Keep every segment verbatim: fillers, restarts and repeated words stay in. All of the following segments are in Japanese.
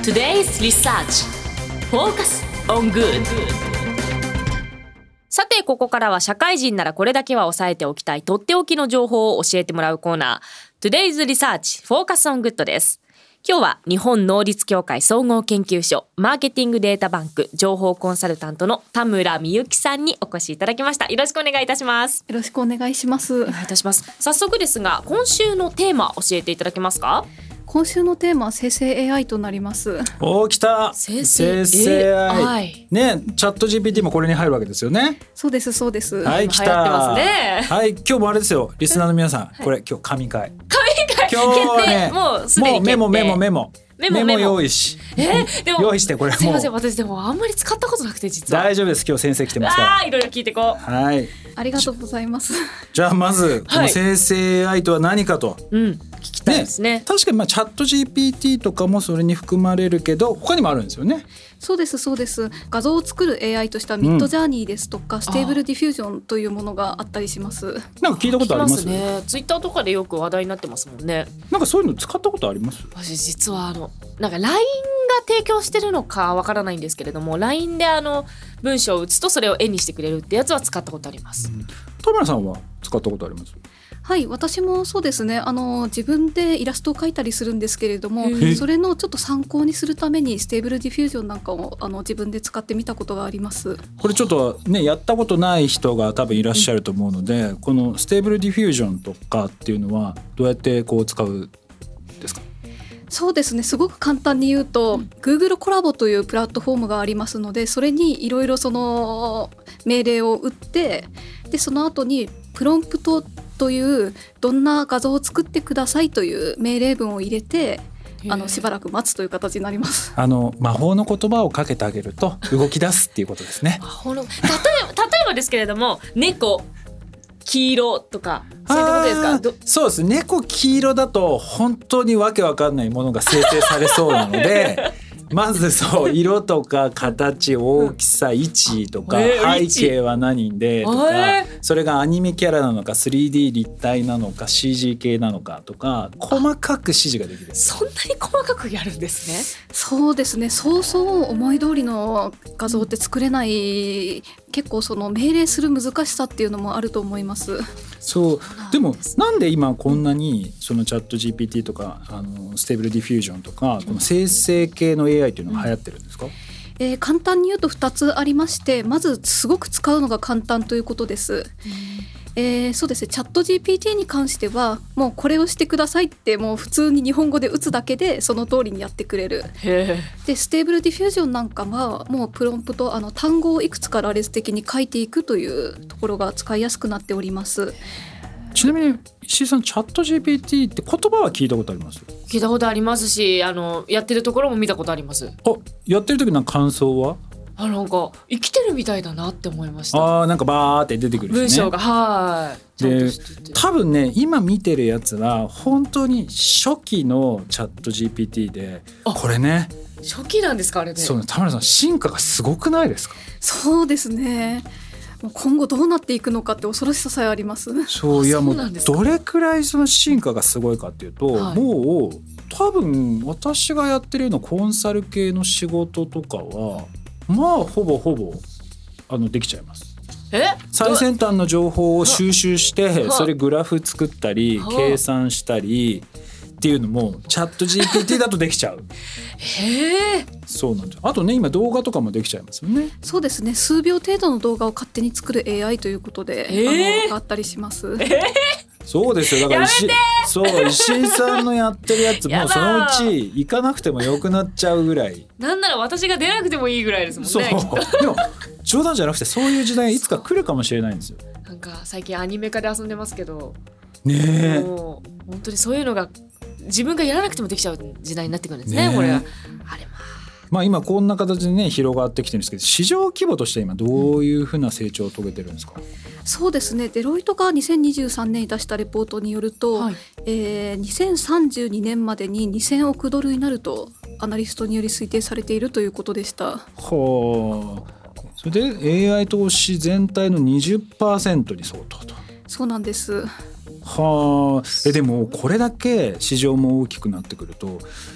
Today's Research Focus on Good。 さてここからは社会人ならこれだけは押さえておきたいとっておきの情報を教えてもらうコーナー Today's Research Focus on Good です。今日は日本能率協会総合研究所マーケティングデータバンク情報コンサルタントの田村美幸さんにお越しいただきました。よろしくお願いいたします。 よろしくお願いします。 お願いいたします。早速ですが今週のテーマ教えていただけますか？ 今週のテーマは生成 エーアイ となります。 おー来た生成生成 エーアイ、 はい、 ね、チャット ジーピーティー もこれに入るわけですよね。 そうですそうです。 はい来た、 流行ってますね。 はい今日もあれですよリスナーの皆さん、はい、これ今日神回神回今日はねもうすでに決定。 もうメモメモメモメモメモ用意し、 えー、でも用意してこれもうすいません私でもあんまり使ったことなくて実は大丈夫です。今日先生来てますからあーいろいろ聞いてこう。 はいありがとうございます。 じゃあまずこの生成 エーアイ とは何かと、 うん聞きたいですね。 確かにまあチャット ジーピーティー とかもそれに含まれるけど他にもあるんですよね。 そうですそうです。画像を作る エーアイ としたミッドジャーニーですとか、うん、ステーブルディフュージョンというものがあったりします。 なんか聞いたことあります？ 聞きますね。ツイッターとかでよく話題になってますもんね。 なんかそういうの使ったことあります？ 私実はあのなんか ライン が提供してるのかわからないんですけれども ライン であの文章を打つとそれを絵にしてくれるってやつは使ったことあります、うん、 田村さんは使ったことあります？ はい私もそうですね。あの自分でイラストを描いたりするんですけれどもそれのちょっと参考にするためにステーブルディフュージョンなんかをあの自分で使ってみたことがあります。 これちょっとねやったことない人が多分いらっしゃると思うので、うん、このステーブルディフュージョンとかっていうのはどうやってこう使うんですか？ そうですねすごく簡単に言うと Google コラボというプラットフォームがありますのでそれにいろいろその命令を打ってでその後にプロンプトというどんな画像を作ってくださいという命令文を入れてあのしばらく待つという形になります。 あの魔法の言葉をかけてあげると動き出すっていうことですね。 魔法の例えば、例えばですけれども猫黄色とかそういうことですか？どそうです猫黄色だと本当にわけわかんないものが生成されそうなのでまずそう色とか形大きさ位置とか背景は何でとかそれがアニメキャラなのか スリーディー 立体なのか シージー 系なのかとか細かく指示ができる。 そんなに細かくやるんですね。 そうですねそうそう思い通りの画像って作れない結構その命令する難しさっていうのもあると思います。 そうでもなんで今こんなにそのチャット ジーピーティー とかあのステーブルディフュージョンとかこの生成系の エーアイ というのが流行ってるんですか？ えー、簡単に言うとふたつありましてまずすごく使うのが簡単ということです。えー、そうですねチャット ジーピーティー に関してはもうこれをしてくださいってもう普通に日本語で打つだけでその通りにやってくれる。でステーブルディフュージョンなんかはもうプロンプトあの単語をいくつか羅列的に書いていくというところが使いやすくなっております。 ちなみに石井さんチャット ジーピーティー って言葉は聞いたことあります？ 聞いたことありますしあのやってるところも見たことあります。 あやってる時の感想はあなんか生きてるみたいだなって思いました。 あなんかバーって出てくるしね文章がはいで多分ね今見てるやつは本当に初期のチャット ジーピーティー でこれね初期なんですかあれね。 そう田村さん進化がすごくないですか？ そうですねもう今後どうなっていくのかって恐ろしささえあります。 そういやもうどれくらいその進化がすごいかっていうと、はい、もう多分私がやってるようなコンサル系の仕事とかはまあほぼほぼあのできちゃいます。 え最先端の情報を収集してそれグラフ作ったり計算したりっていうのもチャット ジーピーティー だとできちゃう。 へえそうなんです。あとね今動画とかもできちゃいますよね。 そうですね数秒程度の動画を勝手に作る エーアイ ということで、あのあったりします。えーそうですよだから石そう石井さんのやってるやつもそのうち行かなくてもよくなっちゃうぐらいなんなら私が出なくてもいいぐらいですもんね。 そうでも冗談じゃなくてそういう時代いつか来るかもしれないんですよ。 なんか最近アニメ化で遊んでますけどねえもう本当にそういうのが自分がやらなくてもできちゃう時代になってくるんですね。 ねこれはあれまあ今こんな形でね広がってきてるんですけど市場規模として今どういうふうな成長を遂げてるんですか？ そうですねデロイトがにせんにじゅうさんねんに出したレポートによると、はいえー、にせんさんじゅうにねんまでににせんおくドルになるとアナリストにより推定されているということでした。 はあそれで エーアイ 投資全体の にじゅっパーセント に相当と。 そうなんです。 はあえでもこれだけ市場も大きくなってくると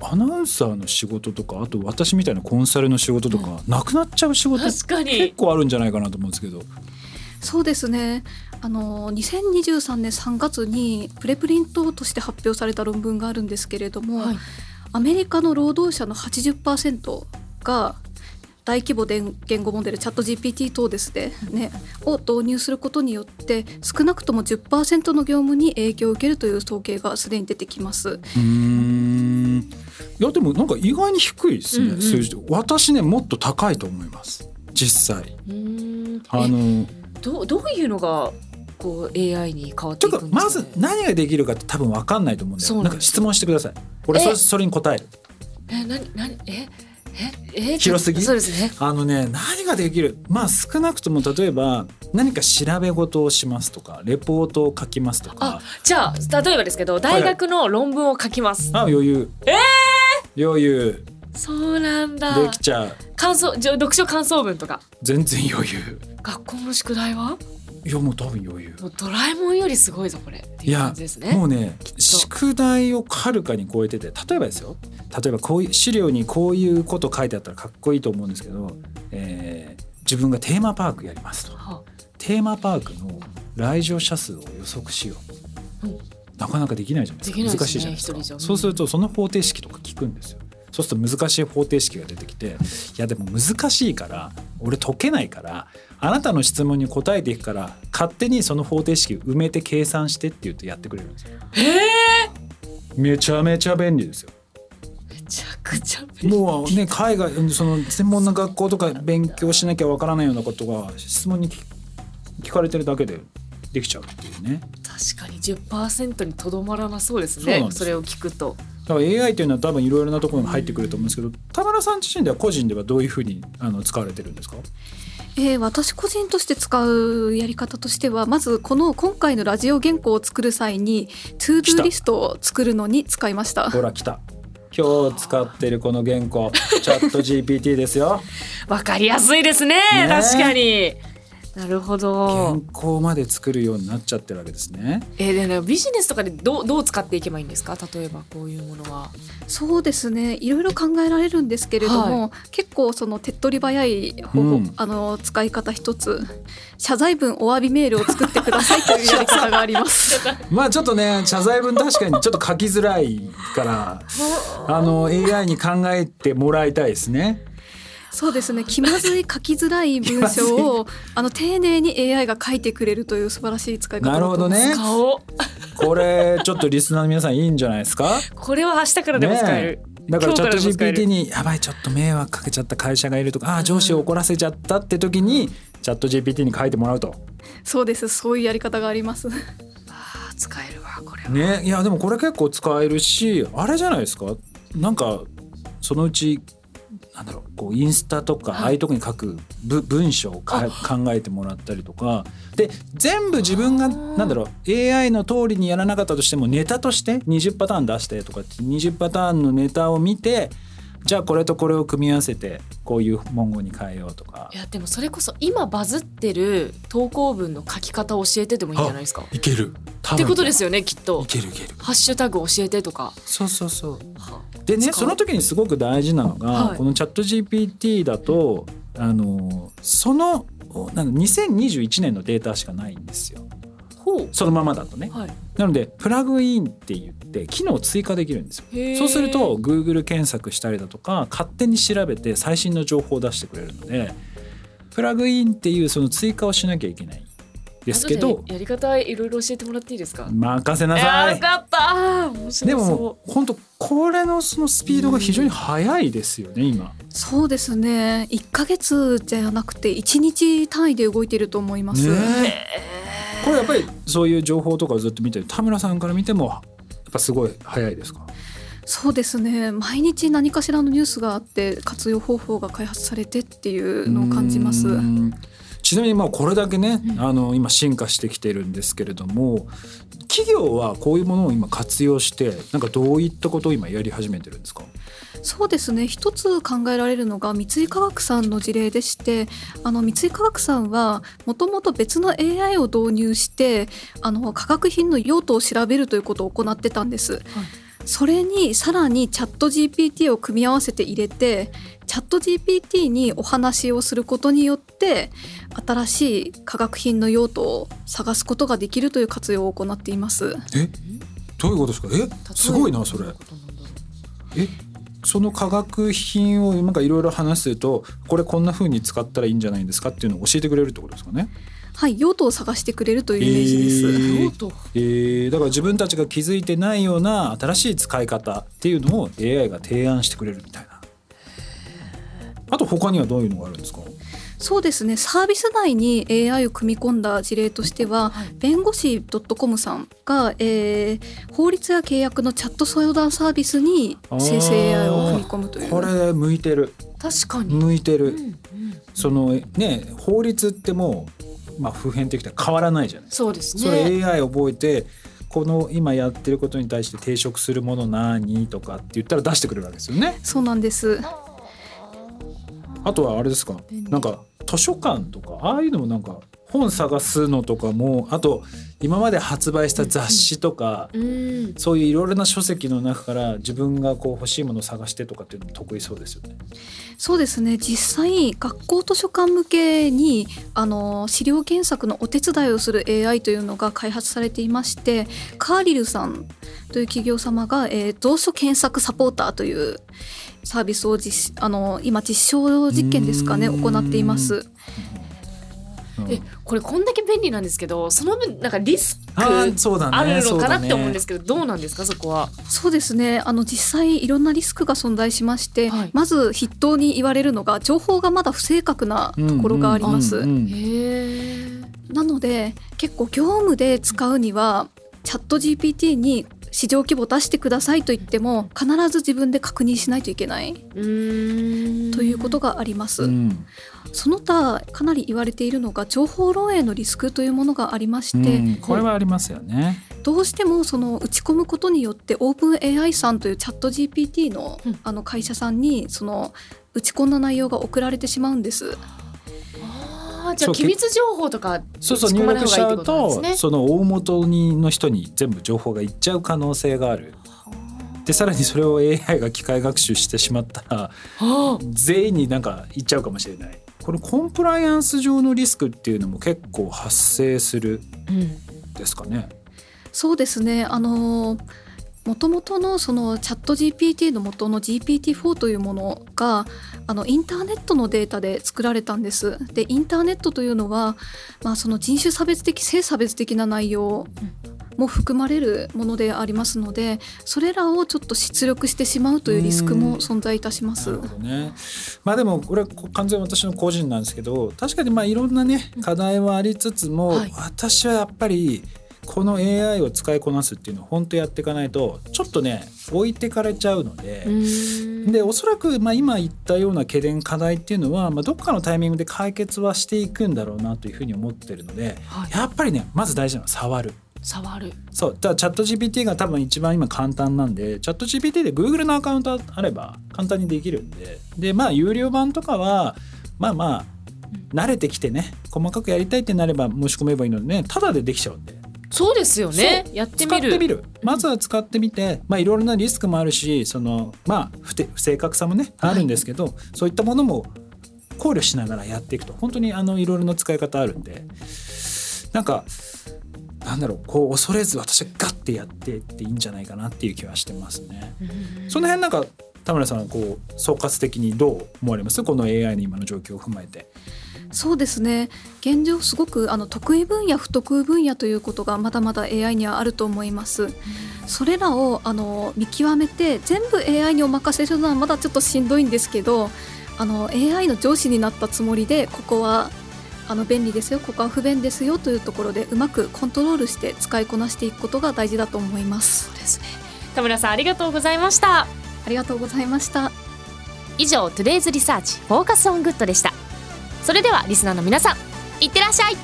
アナウンサーの仕事とかあと私みたいなコンサルの仕事とか、うん、なくなっちゃう仕事確かに結構あるんじゃないかなと思うんですけど。 そうですね、あのにせんにじゅうさんねんさんがつにプレプリントとして発表された論文があるんですけれども、はい、アメリカの労働者の はちじゅっパーセント が大規模言語モデルチャット ジーピーティー 等ですね、ねを導入することによって少なくとも じゅっパーセント の業務に影響を受けるという統計がすでに出てきます。 うーん、いやでもなんか意外に低いですね、うんうん、数字。私ねもっと高いと思います実際。うーん、あのど, どういうのがこう エーアイ に変わっていくんですかね。 まず何ができるかって多分分かんないと思うんだよ。なんか質問してください。俺 そ, それに答える。 えななえええ広すぎ。 そうですね。 あのね何ができる、まあ少なくとも例えば何か調べ事をしますとかレポートを書きますとか。 あ、じゃあ例えばですけど大学の論文を書きます、 はいはい、あ余裕。 えー、余裕。 そうなんだ。 できちゃう。 感想じゃ読書感想文とか全然余裕。 学校の宿題は。 いやもう多分余裕。 もうドラえもんよりすごいぞこれっていう感じですね。 いやもうね宿題をはるかに超えてて、例えばですよ、例えばこういう資料にこういうこと書いてあったらかっこいいと思うんですけど、えー、自分がテーマパークやりますと、はあ、テーマパークの来場者数を予測しよう、うん、なかなかできないじゃないですか。できないですね、難しいじゃないですか。一人じゃ、うん、そうするとその方程式とか聞くんですよ。そうすると難しい方程式が出てきて、いやでも難しいから俺解けないからあなたの質問に答えていくから勝手にその方程式埋めて計算してって言うとやってくれるんですよ。 へー、 めちゃめちゃ便利ですよ。 めちゃくちゃ便利。 もうね海外その専門な学校とか勉強しなきゃわからないようなことが質問に聞かれてるだけでできちゃうっていうね。 確かに じゅっパーセント にとどまらなそうですね。 そ, それを聞くとだから エーアイ というのは多分いろいろなところに入ってくると思うんですけど、田村さん自身では個人ではどういうふうにあの使われてるんですか。 えー、私個人として使うやり方としてはまずこの今回のラジオ原稿を作る際にトゥードゥリストを作るのに使いました。 ほら来た。今日使ってるこの原稿チャット ジーピーティー ですよ。 わかりやすいです ね, ね確かに。なるほど。 原稿まで作るようになっちゃってるわけですね。 えー、でねビジネスとかでどう、どう使っていけばいいんですか。例えばこういうものは。 そうですね、いろいろ考えられるんですけれども、はい、結構その手っ取り早い方法、うん、あの使い方一つ、謝罪文お詫びメールを作ってくださいというやり方がありますまあちょっとね謝罪文確かにちょっと書きづらいからあの エーアイ に考えてもらいたいですね。 そうですね、気まずい書きづらい文章をあの丁寧に エーアイ が書いてくれるという素晴らしい使い方だと思います。 なるほどね。これちょっとリスナーの皆さんいいんじゃないですか。 これは明日からでも使える、ね、 だからチャット ジーピーティー にやばいちょっと迷惑かけちゃった会社がいるとか、あ上司を怒らせちゃったって時にチャット ジーピーティー に書いてもらうと。 そうです、そういうやり方がありますあ使えるわこれはね。いやでもこれ結構使えるしあれじゃないですか。なんかそのうちなんだろうこうインスタとか、はい、ああいうとこに書く文章をか考えてもらったりとかで全部自分がなんだろう エーアイ の通りにやらなかったとしてもネタとしてにじゅうパターン出してとかってにじゅうパターンのネタを見てじゃあこれとこれを組み合わせてこういう文言に変えようとか。 いやでもそれこそ今バズってる投稿文の書き方を教えててもいいんじゃないですか。 いけるってことですよねきっと。 いけるいける。 ハッシュタグ教えてとか。 そうそうそう。でねその時にすごく大事なのが、はい、このチャット ジーピーティー だとあのそのなんにせんにじゅういちねんのデータしかないんですよ。 ほう。 そのままだとね、はい、なのでプラグインって言って機能を追加できるんですよ。そうすると Google 検索したりだとか勝手に調べて最新の情報を出してくれるのでプラグインっていうその追加をしなきゃいけないですけどやり方いろいろ教えてもらっていいですか。 任せなさい。 よかった面白そう。 でも本当これのそのスピードが非常に速いですよね今。 そうですねいっかげつじゃなくていちにち単位で動いていると思います、ね、 これやっぱりそういう情報とかをずっと見てる田村さんから見てもやっぱすごい速いですか。 そうですね毎日何かしらのニュースがあって活用方法が開発されてっていうのを感じます。 ちなみにまあこれだけね、うん、あの今進化してきてるんですけれども企業はこういうものを今活用してなんかどういったことを今やり始めてるんですか。 そうですね一つ考えられるのが三井化学さんの事例でしてあの三井化学さんはもともと別の エーアイ を導入してあの化学品の用途を調べるということを行ってたんです、はいそれにさらにチャット ジーピーティー を組み合わせて入れて、チャット ジーピーティー にお話をすることによって新しい化学品の用途を探すことができるという活用を行っています。 え、どういうことですか？え、すごいなそれ。え、その化学品をなんかいろいろ話すると、これこんな風に使ったらいいんじゃないんですかっていうのを教えてくれるってことですかね？ はい、用途を探してくれるというイメージです。 えー用途えー、だから自分たちが気づいてないような新しい使い方っていうのを エーアイ が提案してくれるみたいな。あと他にはどういうのがあるんですか？ そうですね、サービス内に エーアイ を組み込んだ事例としては、はい、弁護士 .com さんが、えー、法律や契約のチャット相談サービスに生成 エーアイ を組み込むという。 これ向いてる。 確かに向いてる、うんうん、そのね、法律ってもう、まあ、普遍的には変わらないじゃない。 そうですね。 それ エーアイ 覚えて、この今やってることに対して抵触するもの何とかって言ったら出してくれるわけですよね。 そうなんです。 あとはあれですか、なんか図書館とかああいうのもなんか本探すのとかも、あと今まで発売した雑誌とか、うん、そういういろいろな書籍の中から自分がこう欲しいものを探してとかっていうのも得意そうですよね。 そうですね、実際学校図書館向けにあの資料検索のお手伝いをする エーアイ というのが開発されていまして、カーリルさんという企業様が、えー、蔵書検索サポーターというサービスを実あの今実証実験ですかね、行っています。 え、これこんだけ便利なんですけど、その分なんかリスクあるのかなって思うんですけど、どうなんですかそこは？ そうですね、あの実際いろんなリスクが存在しまして、はい、まず筆頭に言われるのが情報がまだ不正確なところがあります。 うんうんうん、へー。 なので結構業務で使うにはチャット ジーピーティー に市場規模出してくださいと言っても必ず自分で確認しないといけないうーんということがあります。 うん、 その他かなり言われているのが情報漏洩のリスクというものがありまして、 うん、これはありますよね。 どうしてもその打ち込むことによってオープン エーアイ さんというチャット ジーピーティー の、うん、あの会社さんにその打ち込んだ内容が送られてしまうんです。 あ、じゃあ機密情報とかそうそう入力しちゃうと、その大元にの人に全部情報がいっちゃう可能性がある。でさらにそれを エーアイ が機械学習してしまったら全員になんかいっちゃうかもしれない。これコンプライアンス上のリスクっていうのも結構発生するですかね。 うん、そうですね、あのもともとのそのチャット ジーピーティー の元の ジーピーティーフォー というものがあのインターネットのデータで作られたんです。でインターネットというのは、まあ、その人種差別的性差別的な内容も含まれるものでありますので、それらをちょっと出力してしまうというリスクも存在いたします。 なるほどね。まあでもこれは完全に私の個人なんですけど、確かにまあいろんなね課題はありつつも、はい、私はやっぱりこの エーアイ を使いこなすっていうのを本当やっていかないとちょっとね置いてかれちゃうので、でおそらくまあ今言ったような懸念課題っていうのは、まあ、どっかのタイミングで解決はしていくんだろうなというふうに思ってるので、はい、やっぱりねまず大事なのは触る触るそうだからチャット ジーピーティー が多分一番今簡単なんで、チャット ジーピーティー で Google のアカウントあれば簡単にできるんで、でまあ有料版とかはまあまあ慣れてきてね細かくやりたいってなれば申し込めばいいのでね、タダでできちゃうんで。 そうですよね。やってみる。 使ってみる。まずは使ってみて、まあいろいろなリスクもあるし、そのまあ不て不正確さもねあるんですけど、はい、そういったものも考慮しながらやっていくと本当にあのいろいろな使い方あるんで、なんかなんだろうこう恐れず私はガッてやってっていいんじゃないかなっていう気はしてますね。その辺なんか田村さんはこう総括的にどう思われます？この エーアイ の今の状況を踏まえて。 そうですね、現状すごくあの得意分野不得意分野ということがまだまだ エーアイ にはあると思います。それらをあの見極めて全部 エーアイ にお任せするのはまだちょっとしんどいんですけど、あの エーアイ の上司になったつもりでここはあの便利ですよ、ここは不便ですよというところでうまくコントロールして使いこなしていくことが大事だと思います。 そうですね。田村さんありがとうございました。 ありがとうございました。 以上 Today's Research Focus on Good でした。それではリスナーの皆さんいってらっしゃい。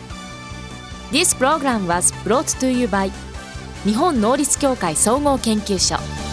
This program was brought to you by 日本能率協会総合研究所。